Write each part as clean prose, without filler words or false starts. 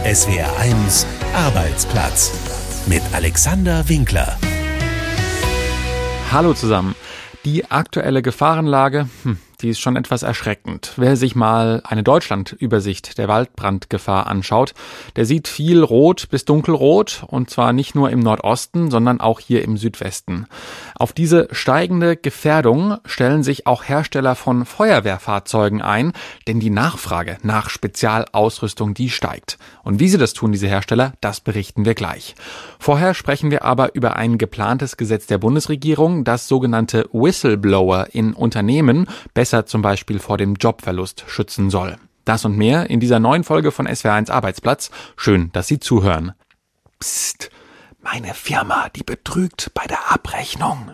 SWR1 Arbeitsplatz mit Alexander Winkler. Hallo zusammen. Die aktuelle Gefahrenlage, die ist schon etwas erschreckend. Wer sich mal eine Deutschlandübersicht der Waldbrandgefahr anschaut, der sieht viel Rot bis Dunkelrot, und zwar nicht nur im Nordosten, sondern auch hier im Südwesten. Auf diese steigende Gefährdung stellen sich auch Hersteller von Feuerwehrfahrzeugen ein, denn die Nachfrage nach Spezialausrüstung, die steigt. Und wie sie das tun, diese Hersteller, das berichten wir gleich. Vorher sprechen wir aber über ein geplantes Gesetz der Bundesregierung, das sogenannte Whistleblower in Unternehmen besser zum Beispiel vor dem Jobverlust schützen soll. Das und mehr in dieser neuen Folge von SWR1 Arbeitsplatz. Schön, dass Sie zuhören. Psst, meine Firma, die betrügt bei der Abrechnung.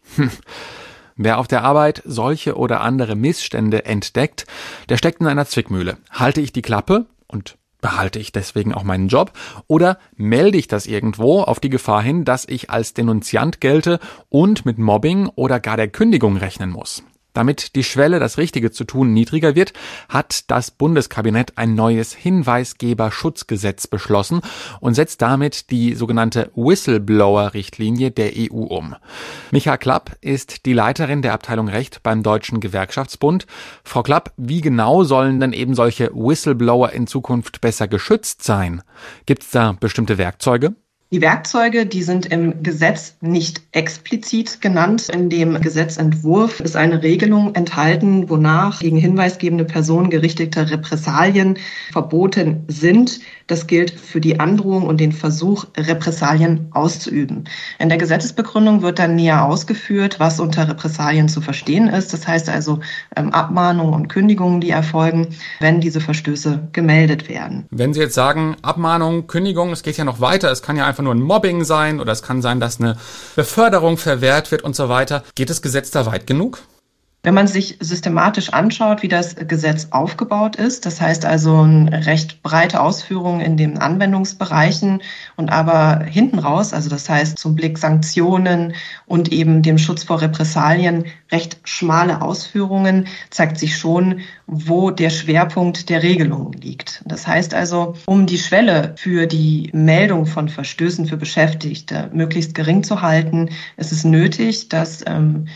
Wer auf der Arbeit solche oder andere Missstände entdeckt, der steckt in einer Zwickmühle. Halte ich die Klappe und behalte ich deswegen auch meinen Job? Oder melde ich das irgendwo auf die Gefahr hin, dass ich als Denunziant gelte und mit Mobbing oder gar der Kündigung rechnen muss? Damit die Schwelle, das Richtige zu tun, niedriger wird, hat das Bundeskabinett ein neues Hinweisgeberschutzgesetz beschlossen und setzt damit die sogenannte Whistleblower-Richtlinie der EU um. Micha Klapp ist die Leiterin der Abteilung Recht beim Deutschen Gewerkschaftsbund. Frau Klapp, wie genau sollen denn eben solche Whistleblower in Zukunft besser geschützt sein? Gibt es da bestimmte Werkzeuge? Die Werkzeuge, die sind im Gesetz nicht explizit genannt. In dem Gesetzentwurf ist eine Regelung enthalten, wonach gegen hinweisgebende Personen gerichtete Repressalien verboten sind. Das gilt für die Androhung und den Versuch, Repressalien auszuüben. In der Gesetzesbegründung wird dann näher ausgeführt, was unter Repressalien zu verstehen ist. Das heißt also Abmahnungen und Kündigungen, die erfolgen, wenn diese Verstöße gemeldet werden. Wenn Sie jetzt sagen, Abmahnung, Kündigung, es geht ja noch weiter, es kann ja einfach nur ein Mobbing sein oder es kann sein, dass eine Beförderung verwehrt wird und so weiter. Geht das Gesetz da weit genug? Wenn man sich systematisch anschaut, wie das Gesetz aufgebaut ist, das heißt also eine recht breite Ausführung in den Anwendungsbereichen und aber hinten raus, also das heißt zum Blick Sanktionen und eben dem Schutz vor Repressalien, recht schmale Ausführungen, zeigt sich schon, wo der Schwerpunkt der Regelungen liegt. Das heißt also, um die Schwelle für die Meldung von Verstößen für Beschäftigte möglichst gering zu halten, ist es nötig, dass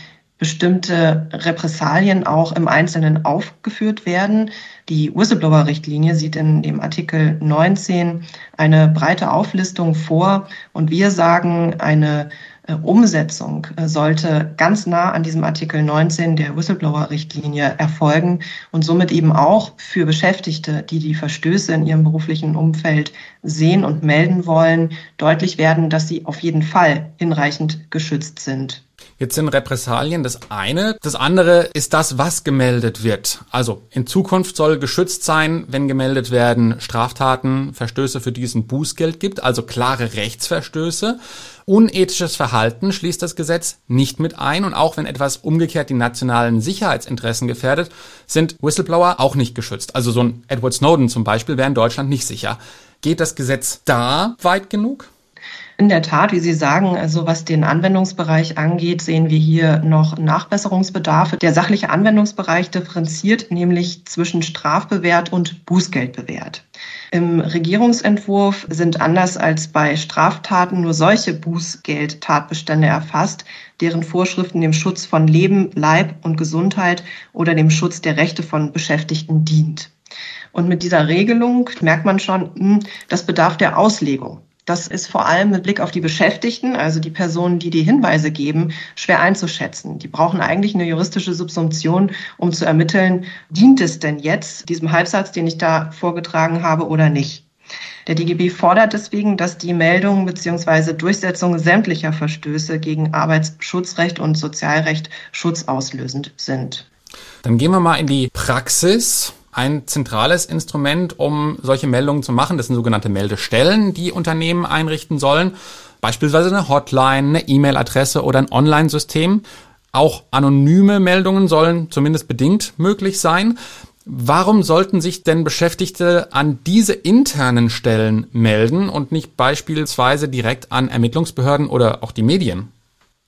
bestimmte Repressalien auch im Einzelnen aufgeführt werden. Die Whistleblower-Richtlinie sieht in dem Artikel 19 eine breite Auflistung vor und wir sagen, eine Umsetzung sollte ganz nah an diesem Artikel 19 der Whistleblower-Richtlinie erfolgen und somit eben auch für Beschäftigte, die die Verstöße in ihrem beruflichen Umfeld sehen und melden wollen, deutlich werden, dass sie auf jeden Fall hinreichend geschützt sind. Jetzt sind Repressalien das eine. Das andere ist das, was gemeldet wird. Also in Zukunft soll geschützt sein, wenn gemeldet werden Straftaten, Verstöße, für die es ein Bußgeld gibt, also klare Rechtsverstöße. Unethisches Verhalten schließt das Gesetz nicht mit ein. Und auch wenn etwas umgekehrt die nationalen Sicherheitsinteressen gefährdet, sind Whistleblower auch nicht geschützt. Also so ein Edward Snowden zum Beispiel wäre in Deutschland nicht sicher. Geht das Gesetz da weit genug? In der Tat, wie Sie sagen, also was den Anwendungsbereich angeht, sehen wir hier noch Nachbesserungsbedarfe. Der sachliche Anwendungsbereich differenziert nämlich zwischen strafbewehrt und bußgeldbewehrt. Im Regierungsentwurf sind anders als bei Straftaten nur solche Bußgeldtatbestände erfasst, deren Vorschriften dem Schutz von Leben, Leib und Gesundheit oder dem Schutz der Rechte von Beschäftigten dient. Und mit dieser Regelung merkt man schon, das bedarf der Auslegung. Das ist vor allem mit Blick auf die Beschäftigten, also die Personen, die die Hinweise geben, schwer einzuschätzen. Die brauchen eigentlich eine juristische Subsumption, um zu ermitteln, dient es denn jetzt diesem Halbsatz, den ich da vorgetragen habe, oder nicht. Der DGB fordert deswegen, dass die Meldung bzw. Durchsetzung sämtlicher Verstöße gegen Arbeitsschutzrecht und Sozialrecht schutzauslösend sind. Dann gehen wir mal in die Praxis. Ein zentrales Instrument, um solche Meldungen zu machen, das sind sogenannte Meldestellen, die Unternehmen einrichten sollen. Beispielsweise eine Hotline, eine E-Mail-Adresse oder ein Online-System. Auch anonyme Meldungen sollen zumindest bedingt möglich sein. Warum sollten sich denn Beschäftigte an diese internen Stellen melden und nicht beispielsweise direkt an Ermittlungsbehörden oder auch die Medien?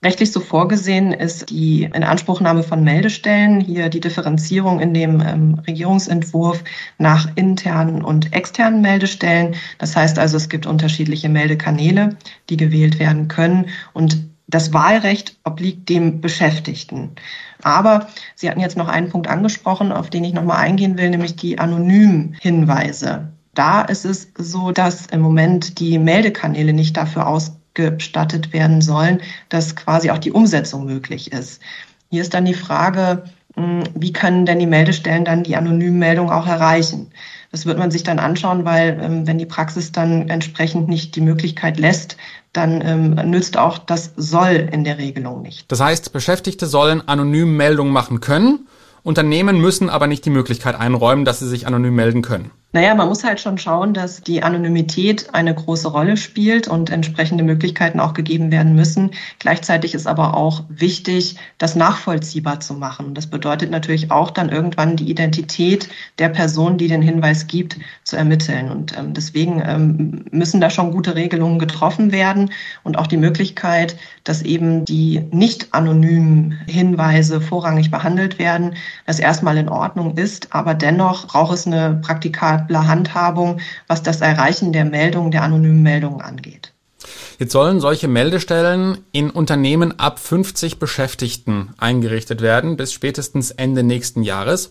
Rechtlich so vorgesehen ist die Inanspruchnahme von Meldestellen, hier die Differenzierung in dem Regierungsentwurf nach internen und externen Meldestellen. Das heißt also, es gibt unterschiedliche Meldekanäle, die gewählt werden können, und das Wahlrecht obliegt dem Beschäftigten. Aber Sie hatten jetzt noch einen Punkt angesprochen, auf den ich nochmal eingehen will, nämlich die anonymen Hinweise. Da ist es so, dass im Moment die Meldekanäle nicht dafür ausgestattet werden sollen, dass quasi auch die Umsetzung möglich ist. Hier ist dann die Frage, wie können denn die Meldestellen dann die anonymen Meldungen auch erreichen? Das wird man sich dann anschauen, weil wenn die Praxis dann entsprechend nicht die Möglichkeit lässt, dann nützt auch das Soll in der Regelung nicht. Das heißt, Beschäftigte sollen anonym Meldungen machen können, Unternehmen müssen aber nicht die Möglichkeit einräumen, dass sie sich anonym melden können. Naja, man muss halt schon schauen, dass die Anonymität eine große Rolle spielt und entsprechende Möglichkeiten auch gegeben werden müssen. Gleichzeitig ist aber auch wichtig, das nachvollziehbar zu machen. Das bedeutet natürlich auch dann irgendwann die Identität der Person, die den Hinweis gibt, zu ermitteln. Und deswegen müssen da schon gute Regelungen getroffen werden und auch die Möglichkeit, dass eben die nicht anonymen Hinweise vorrangig behandelt werden, das erstmal in Ordnung ist. Aber dennoch braucht es eine praktikable Handhabung, was das Erreichen der Meldungen, der anonymen Meldungen angeht. Jetzt sollen solche Meldestellen in Unternehmen ab 50 Beschäftigten eingerichtet werden, bis spätestens Ende nächsten Jahres.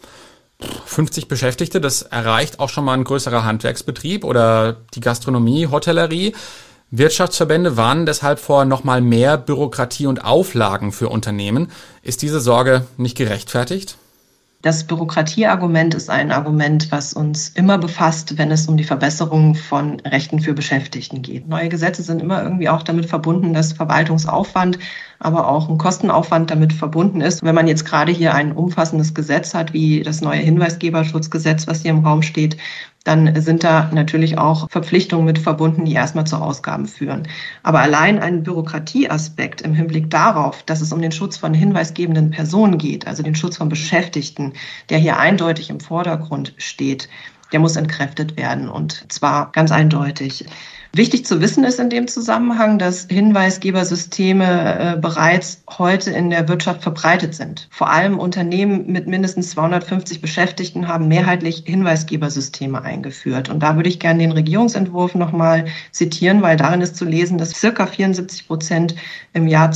50 Beschäftigte, das erreicht auch schon mal ein größerer Handwerksbetrieb oder die Gastronomie, Hotellerie. Wirtschaftsverbände warnen deshalb vor noch mal mehr Bürokratie und Auflagen für Unternehmen. Ist diese Sorge nicht gerechtfertigt? Das Bürokratieargument ist ein Argument, was uns immer befasst, wenn es um die Verbesserung von Rechten für Beschäftigten geht. Neue Gesetze sind immer irgendwie auch damit verbunden, dass Verwaltungsaufwand, aber auch ein Kostenaufwand damit verbunden ist. Wenn man jetzt gerade hier ein umfassendes Gesetz hat, wie das neue Hinweisgeberschutzgesetz, was hier im Raum steht, dann sind da natürlich auch Verpflichtungen mit verbunden, die erstmal zu Ausgaben führen. Aber allein ein Bürokratieaspekt im Hinblick darauf, dass es um den Schutz von hinweisgebenden Personen geht, also den Schutz von Beschäftigten, der hier eindeutig im Vordergrund steht, der muss entkräftet werden, und zwar ganz eindeutig. Wichtig zu wissen ist in dem Zusammenhang, dass Hinweisgebersysteme bereits heute in der Wirtschaft verbreitet sind. Vor allem Unternehmen mit mindestens 250 Beschäftigten haben mehrheitlich Hinweisgebersysteme eingeführt. Und da würde ich gerne den Regierungsentwurf nochmal zitieren, weil darin ist zu lesen, dass ca. 74% im Jahr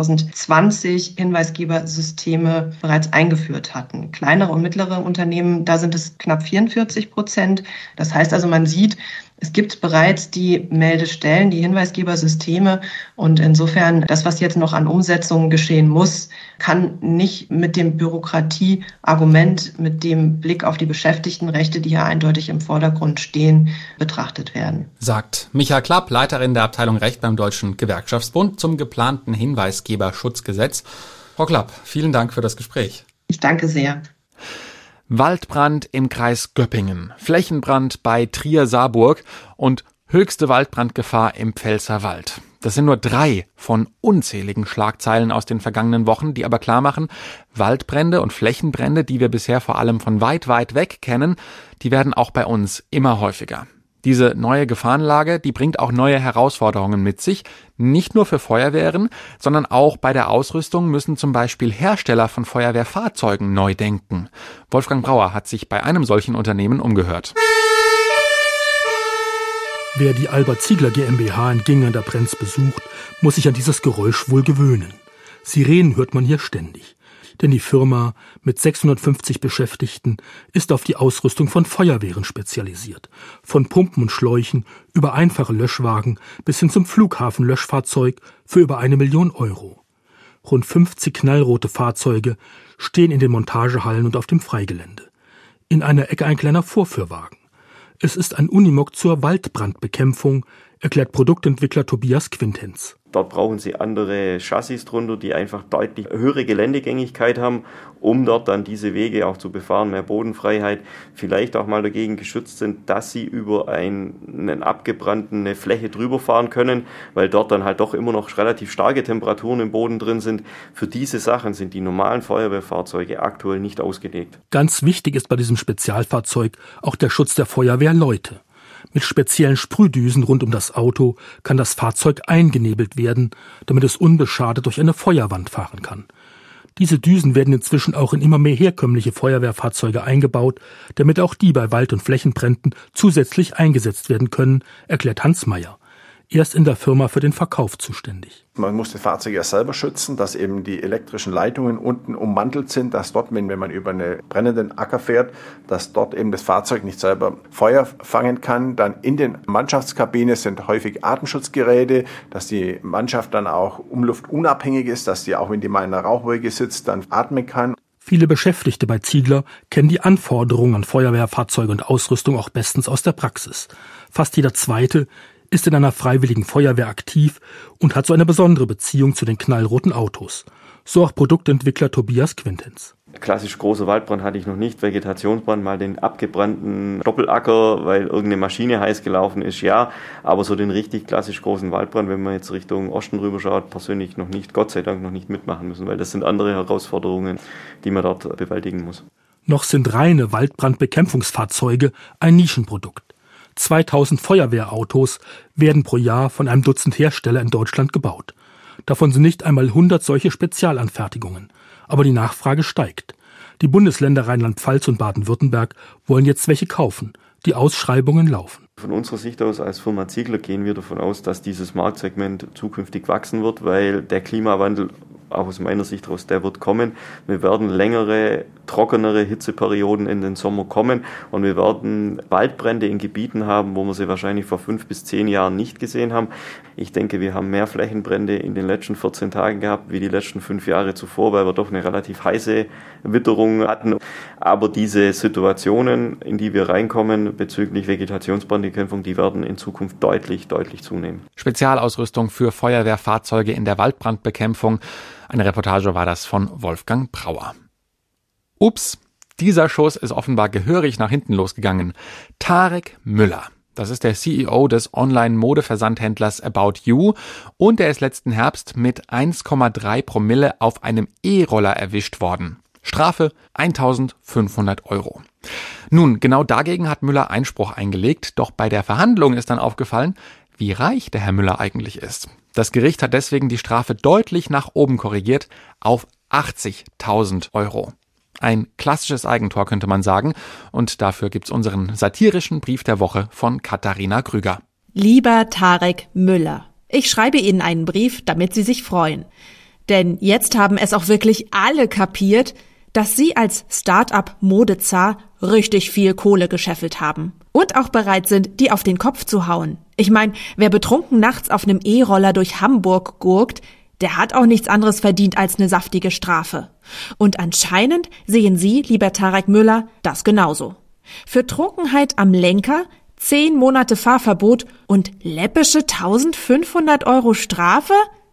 2020 Hinweisgebersysteme bereits eingeführt hatten. Kleinere und mittlere Unternehmen, da sind es knapp 44%. Das heißt also, man sieht, es gibt bereits die Meldestellen, die Hinweisgebersysteme, und insofern das, was jetzt noch an Umsetzung geschehen muss, kann nicht mit dem Bürokratieargument, mit dem Blick auf die Beschäftigtenrechte, die hier eindeutig im Vordergrund stehen, betrachtet werden. Sagt Micha Klapp, Leiterin der Abteilung Recht beim Deutschen Gewerkschaftsbund zum geplanten Hinweisgeberschutzgesetz. Frau Klapp, vielen Dank für das Gespräch. Ich danke sehr. Waldbrand im Kreis Göppingen, Flächenbrand bei Trier-Saarburg und höchste Waldbrandgefahr im Pfälzerwald. Das sind nur 3 von unzähligen Schlagzeilen aus den vergangenen Wochen, die aber klar machen, Waldbrände und Flächenbrände, die wir bisher vor allem von weit, weit weg kennen, die werden auch bei uns immer häufiger. Diese neue Gefahrenlage, die bringt auch neue Herausforderungen mit sich, nicht nur für Feuerwehren, sondern auch bei der Ausrüstung müssen zum Beispiel Hersteller von Feuerwehrfahrzeugen neu denken. Wolfgang Brauer hat sich bei einem solchen Unternehmen umgehört. Wer die Albert Ziegler GmbH in Gingen an der Brenz besucht, muss sich an dieses Geräusch wohl gewöhnen. Sirenen hört man hier ständig. Denn die Firma mit 650 Beschäftigten ist auf die Ausrüstung von Feuerwehren spezialisiert. Von Pumpen und Schläuchen über einfache Löschwagen bis hin zum Flughafenlöschfahrzeug für über 1 Million Euro. Rund 50 knallrote Fahrzeuge stehen in den Montagehallen und auf dem Freigelände. In einer Ecke ein kleiner Vorführwagen. Es ist ein Unimog zur Waldbrandbekämpfung, erklärt Produktentwickler Tobias Quintenz. Dort brauchen sie andere Chassis drunter, die einfach deutlich höhere Geländegängigkeit haben, um dort dann diese Wege auch zu befahren, mehr Bodenfreiheit, vielleicht auch mal dagegen geschützt sind, dass sie über eine abgebrannte Fläche drüber fahren können, weil dort dann halt doch immer noch relativ starke Temperaturen im Boden drin sind. Für diese Sachen sind die normalen Feuerwehrfahrzeuge aktuell nicht ausgelegt. Ganz wichtig ist bei diesem Spezialfahrzeug auch der Schutz der Feuerwehrleute. Mit speziellen Sprühdüsen rund um das Auto kann das Fahrzeug eingenebelt werden, damit es unbeschadet durch eine Feuerwand fahren kann. Diese Düsen werden inzwischen auch in immer mehr herkömmliche Feuerwehrfahrzeuge eingebaut, damit auch die bei Wald- und Flächenbränden zusätzlich eingesetzt werden können, erklärt Hans Meyer. Er ist in der Firma für den Verkauf zuständig. Man muss das Fahrzeug ja selber schützen, dass eben die elektrischen Leitungen unten ummantelt sind, dass dort, wenn man über einen brennenden Acker fährt, dass dort eben das Fahrzeug nicht selber Feuer fangen kann. Dann in den Mannschaftskabinen sind häufig Atemschutzgeräte, dass die Mannschaft dann auch umluftunabhängig ist, dass sie auch, wenn die mal in einer Rauchwolke sitzt, dann atmen kann. Viele Beschäftigte bei Ziegler kennen die Anforderungen an Feuerwehrfahrzeuge und Ausrüstung auch bestens aus der Praxis. Fast jeder Zweite ist in einer freiwilligen Feuerwehr aktiv und hat so eine besondere Beziehung zu den knallroten Autos. So auch Produktentwickler Tobias Quintens. Klassisch großer Waldbrand hatte ich noch nicht, Vegetationsbrand, mal den abgebrannten Doppelacker, weil irgendeine Maschine heiß gelaufen ist, ja. Aber so den richtig klassisch großen Waldbrand, wenn man jetzt Richtung Osten rüber schaut, persönlich noch nicht, Gott sei Dank noch nicht mitmachen müssen, weil das sind andere Herausforderungen, die man dort bewältigen muss. Noch sind reine Waldbrandbekämpfungsfahrzeuge ein Nischenprodukt. 2000 Feuerwehrautos werden pro Jahr von einem Dutzend Hersteller in Deutschland gebaut. Davon sind nicht einmal 100 solche Spezialanfertigungen. Aber die Nachfrage steigt. Die Bundesländer Rheinland-Pfalz und Baden-Württemberg wollen jetzt welche kaufen. Die Ausschreibungen laufen. Von unserer Sicht aus als Firma Ziegler gehen wir davon aus, dass dieses Marktsegment zukünftig wachsen wird, weil der Klimawandel, auch aus meiner Sicht raus, der wird kommen. Wir werden längere, trockenere Hitzeperioden in den Sommer kommen und wir werden Waldbrände in Gebieten haben, wo wir sie wahrscheinlich vor 5 bis 10 Jahren nicht gesehen haben. Ich denke, wir haben mehr Flächenbrände in den letzten 14 Tagen gehabt, wie die letzten 5 Jahre zuvor, weil wir doch eine relativ heiße Witterung hatten. Aber diese Situationen, in die wir reinkommen bezüglich Vegetationsbrandbekämpfung, die werden in Zukunft deutlich zunehmen. Spezialausrüstung für Feuerwehrfahrzeuge in der Waldbrandbekämpfung. Eine Reportage war das von Wolfgang Brauer. Ups, dieser Schuss ist offenbar gehörig nach hinten losgegangen. Tarek Müller, das ist der CEO des Online-Modeversandhändlers About You und er ist letzten Herbst mit 1,3 Promille auf einem E-Roller erwischt worden. Strafe 1.500 €. Nun, genau dagegen hat Müller Einspruch eingelegt, doch bei der Verhandlung ist dann aufgefallen, wie reich der Herr Müller eigentlich ist. Das Gericht hat deswegen die Strafe deutlich nach oben korrigiert auf 80.000 €. Ein klassisches Eigentor, könnte man sagen. Und dafür gibt's unseren satirischen Brief der Woche von Katharina Krüger. Lieber Tarek Müller, ich schreibe Ihnen einen Brief, damit Sie sich freuen. Denn jetzt haben es auch wirklich alle kapiert, dass Sie als Start-up-Modezar richtig viel Kohle gescheffelt haben. Und auch bereit sind, die auf den Kopf zu hauen. Ich meine, wer betrunken nachts auf einem E-Roller durch Hamburg gurkt, der hat auch nichts anderes verdient als eine saftige Strafe. Und anscheinend sehen Sie, lieber Tarek Müller, das genauso. Für Trunkenheit am Lenker 10 Monate Fahrverbot und läppische 1.500 € Strafe?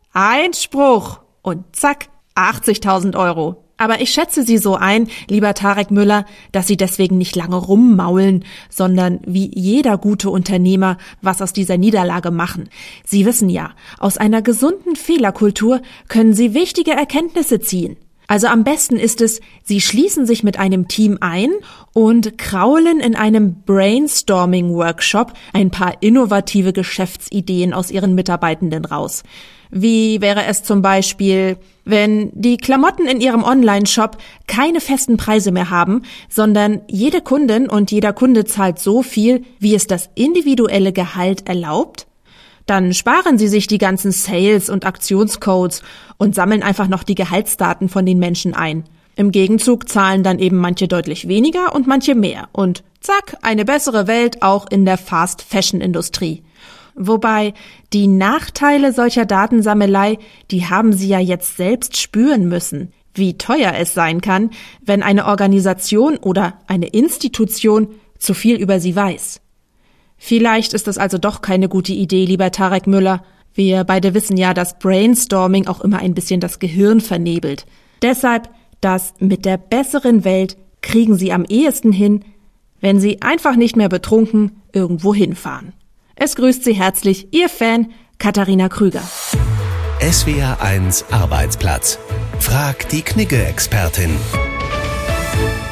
Einspruch! Und zack, 80.000 €. Aber ich schätze Sie so ein, lieber Tarek Müller, dass Sie deswegen nicht lange rummaulen, sondern wie jeder gute Unternehmer was aus dieser Niederlage machen. Sie wissen ja, aus einer gesunden Fehlerkultur können Sie wichtige Erkenntnisse ziehen. Also am besten ist es, Sie schließen sich mit einem Team ein und kraulen in einem Brainstorming-Workshop ein paar innovative Geschäftsideen aus Ihren Mitarbeitenden raus. Wie wäre es zum Beispiel, wenn die Klamotten in Ihrem Online-Shop keine festen Preise mehr haben, sondern jede Kundin und jeder Kunde zahlt so viel, wie es das individuelle Gehalt erlaubt? Dann sparen Sie sich die ganzen Sales- und Aktionscodes und sammeln einfach noch die Gehaltsdaten von den Menschen ein. Im Gegenzug zahlen dann eben manche deutlich weniger und manche mehr. Und zack, eine bessere Welt auch in der Fast-Fashion-Industrie. Wobei die Nachteile solcher Datensammelei, die haben Sie ja jetzt selbst spüren müssen, wie teuer es sein kann, wenn eine Organisation oder eine Institution zu viel über Sie weiß. Vielleicht ist das also doch keine gute Idee, lieber Tarek Müller. Wir beide wissen ja, dass Brainstorming auch immer ein bisschen das Gehirn vernebelt. Deshalb, das mit der besseren Welt kriegen Sie am ehesten hin, wenn Sie einfach nicht mehr betrunken irgendwo hinfahren. Es grüßt Sie herzlich, Ihr Fan Katharina Krüger. SWR1 Arbeitsplatz. Frag die Knigge-Expertin.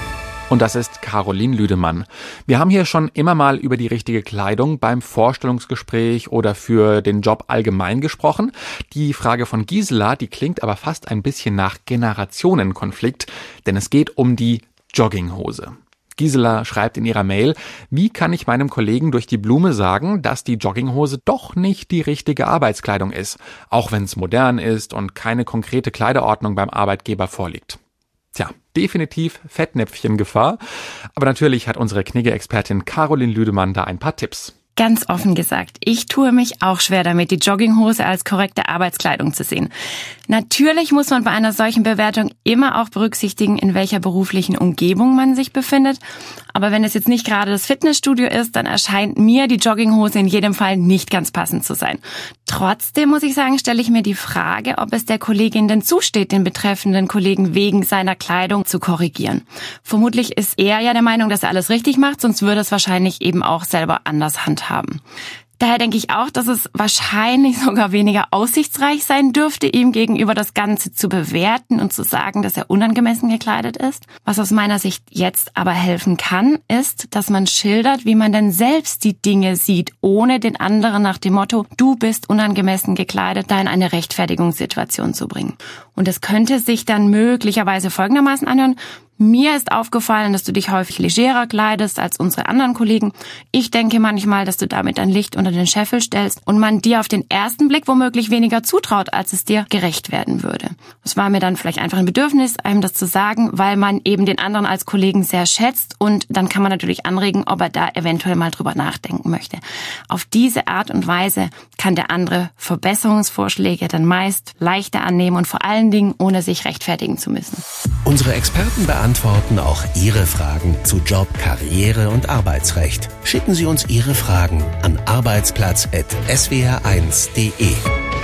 Und das ist Caroline Lüdemann. Wir haben hier schon immer mal über die richtige Kleidung beim Vorstellungsgespräch oder für den Job allgemein gesprochen. Die Frage von Gisela, die klingt aber fast ein bisschen nach Generationenkonflikt, denn es geht um die Jogginghose. Gisela schreibt in ihrer Mail, wie kann ich meinem Kollegen durch die Blume sagen, dass die Jogginghose doch nicht die richtige Arbeitskleidung ist, auch wenn es modern ist und keine konkrete Kleiderordnung beim Arbeitgeber vorliegt. Tja, definitiv Fettnäpfchengefahr. Aber natürlich hat unsere Knigge-Expertin Caroline Lüdemann da ein paar Tipps. Ganz offen gesagt, ich tue mich auch schwer damit, die Jogginghose als korrekte Arbeitskleidung zu sehen. Natürlich muss man bei einer solchen Bewertung immer auch berücksichtigen, in welcher beruflichen Umgebung man sich befindet. Aber wenn es jetzt nicht gerade das Fitnessstudio ist, dann erscheint mir die Jogginghose in jedem Fall nicht ganz passend zu sein. Trotzdem muss ich sagen, stelle ich mir die Frage, ob es der Kollegin denn zusteht, den betreffenden Kollegen wegen seiner Kleidung zu korrigieren. Vermutlich ist er ja der Meinung, dass er alles richtig macht, sonst würde es wahrscheinlich eben auch selber anders handhaben. Daher denke ich auch, dass es wahrscheinlich sogar weniger aussichtsreich sein dürfte, ihm gegenüber das Ganze zu bewerten und zu sagen, dass er unangemessen gekleidet ist. Was aus meiner Sicht jetzt aber helfen kann, ist, dass man schildert, wie man denn selbst die Dinge sieht, ohne den anderen nach dem Motto, du bist unangemessen gekleidet, da in eine Rechtfertigungssituation zu bringen. Und es könnte sich dann möglicherweise folgendermaßen anhören: Mir ist aufgefallen, dass du dich häufig legerer kleidest als unsere anderen Kollegen. Ich denke manchmal, dass du damit dein Licht unter den Scheffel stellst und man dir auf den ersten Blick womöglich weniger zutraut, als es dir gerecht werden würde. Es war mir dann vielleicht einfach ein Bedürfnis, einem das zu sagen, weil man eben den anderen als Kollegen sehr schätzt, und dann kann man natürlich anregen, ob er da eventuell mal drüber nachdenken möchte. Auf diese Art und Weise kann der andere Verbesserungsvorschläge dann meist leichter annehmen und vor allen Dingen ohne sich rechtfertigen zu müssen. Unsere Experten beantworten auch Ihre Fragen zu Job, Karriere und Arbeitsrecht. Schicken Sie uns Ihre Fragen an arbeitsplatz@swr1.de.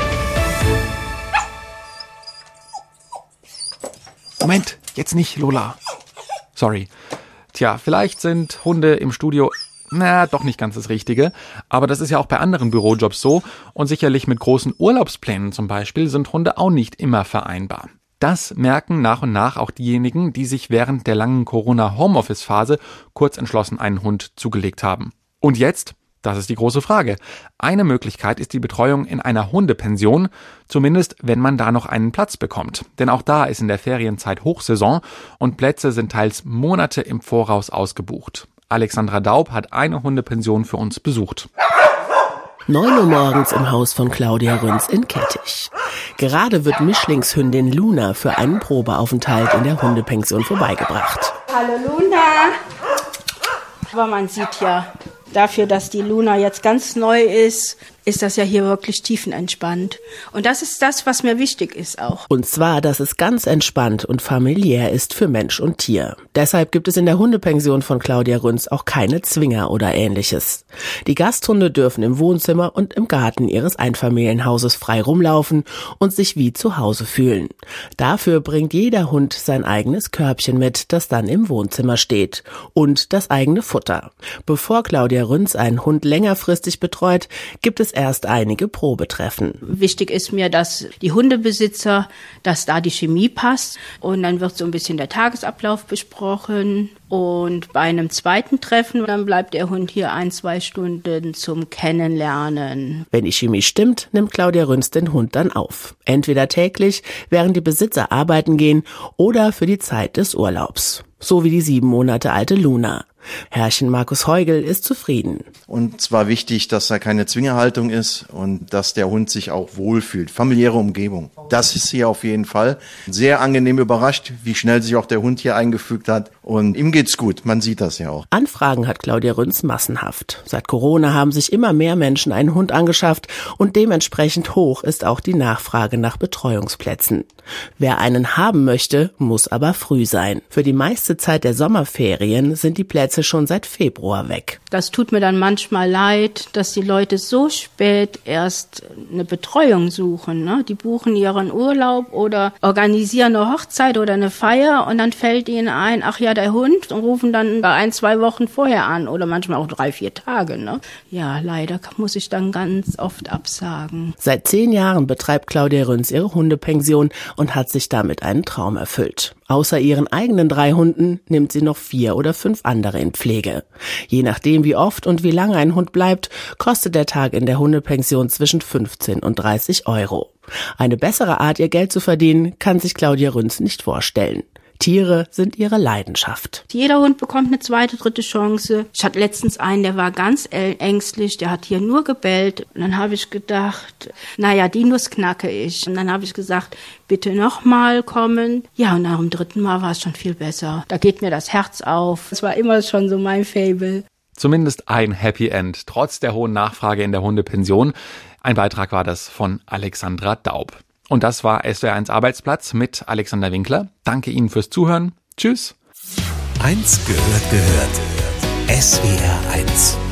Moment, jetzt nicht, Lola. Sorry. Tja, vielleicht sind Hunde im Studio doch nicht ganz das Richtige. Aber das ist ja auch bei anderen Bürojobs so. Und sicherlich mit großen Urlaubsplänen zum Beispiel sind Hunde auch nicht immer vereinbar. Das merken nach und nach auch diejenigen, die sich während der langen Corona-Homeoffice-Phase kurz entschlossen einen Hund zugelegt haben. Und jetzt? Das ist die große Frage. Eine Möglichkeit ist die Betreuung in einer Hundepension, zumindest wenn man da noch einen Platz bekommt. Denn auch da ist in der Ferienzeit Hochsaison und Plätze sind teils Monate im Voraus ausgebucht. Alexandra Daub hat eine Hundepension für uns besucht. 9 Uhr morgens im Haus von Claudia Rünz in Kettich. Gerade wird Mischlingshündin Luna für einen Probeaufenthalt in der Hundepension vorbeigebracht. Hallo Luna. Aber man sieht ja, dafür, dass die Luna jetzt ganz neu ist das ja hier wirklich tiefenentspannt. Und das ist das, was mir wichtig ist auch. Und zwar, dass es ganz entspannt und familiär ist für Mensch und Tier. Deshalb gibt es in der Hundepension von Claudia Rünz auch keine Zwinger oder Ähnliches. Die Gasthunde dürfen im Wohnzimmer und im Garten ihres Einfamilienhauses frei rumlaufen und sich wie zu Hause fühlen. Dafür bringt jeder Hund sein eigenes Körbchen mit, das dann im Wohnzimmer steht. Und das eigene Futter. Bevor Claudia Rünz einen Hund längerfristig betreut, gibt es erst einige Probetreffen. Wichtig ist mir, dass die Hundebesitzer, dass da die Chemie passt. Und dann wird so ein bisschen der Tagesablauf besprochen. Und bei einem zweiten Treffen, dann bleibt der Hund hier 1-2 Stunden zum Kennenlernen. Wenn die Chemie stimmt, nimmt Claudia Rünz den Hund dann auf. Entweder täglich, während die Besitzer arbeiten gehen, oder für die Zeit des Urlaubs. So wie die 7 Monate alte Luna. Herrchen Markus Heugel ist zufrieden. Und zwar wichtig, dass da keine Zwingerhaltung ist und dass der Hund sich auch wohlfühlt. Familiäre Umgebung. Das ist hier auf jeden Fall. Sehr angenehm überrascht, wie schnell sich auch der Hund hier eingefügt hat. Und ihm geht's gut. Man sieht das ja auch. Anfragen hat Claudia Rünz massenhaft. Seit Corona haben sich immer mehr Menschen einen Hund angeschafft und dementsprechend hoch ist auch die Nachfrage nach Betreuungsplätzen. Wer einen haben möchte, muss aber früh sein. Für die meiste Zeit der Sommerferien sind die Plätze Katze schon seit Februar weg. Das tut mir dann manchmal leid, dass die Leute so spät erst eine Betreuung suchen, ne? Die buchen ihren Urlaub oder organisieren eine Hochzeit oder eine Feier und dann fällt ihnen ein, ach ja, der Hund, und rufen dann 1-2 Wochen vorher an oder manchmal auch 3-4 Tage, ne? Ja, leider muss ich dann ganz oft absagen. Seit 10 Jahren betreibt Claudia Rünz ihre Hundepension und hat sich damit einen Traum erfüllt. Außer ihren eigenen 3 Hunden nimmt sie noch 4 oder 5 andere in Pflege. Je nachdem, wie oft und wie lange ein Hund bleibt, kostet der Tag in der Hundepension zwischen 15 und 30 Euro. Eine bessere Art, ihr Geld zu verdienen, kann sich Claudia Rünz nicht vorstellen. Tiere sind ihre Leidenschaft. Jeder Hund bekommt eine 2., 3. Chance. Ich hatte letztens einen, der war ganz ängstlich, der hat hier nur gebellt. Und dann habe ich gedacht, naja, die Nuss knacke ich. Und dann habe ich gesagt, bitte nochmal kommen. Ja, und nach dem 3. Mal war es schon viel besser. Da geht mir das Herz auf. Das war immer schon so mein Faible. Zumindest ein Happy End, trotz der hohen Nachfrage in der Hundepension. Ein Beitrag war das von Alexandra Daub. Und das war SWR1 Arbeitsplatz mit Alexander Winkler. Danke Ihnen fürs Zuhören. Tschüss. 1 gehört. SWR1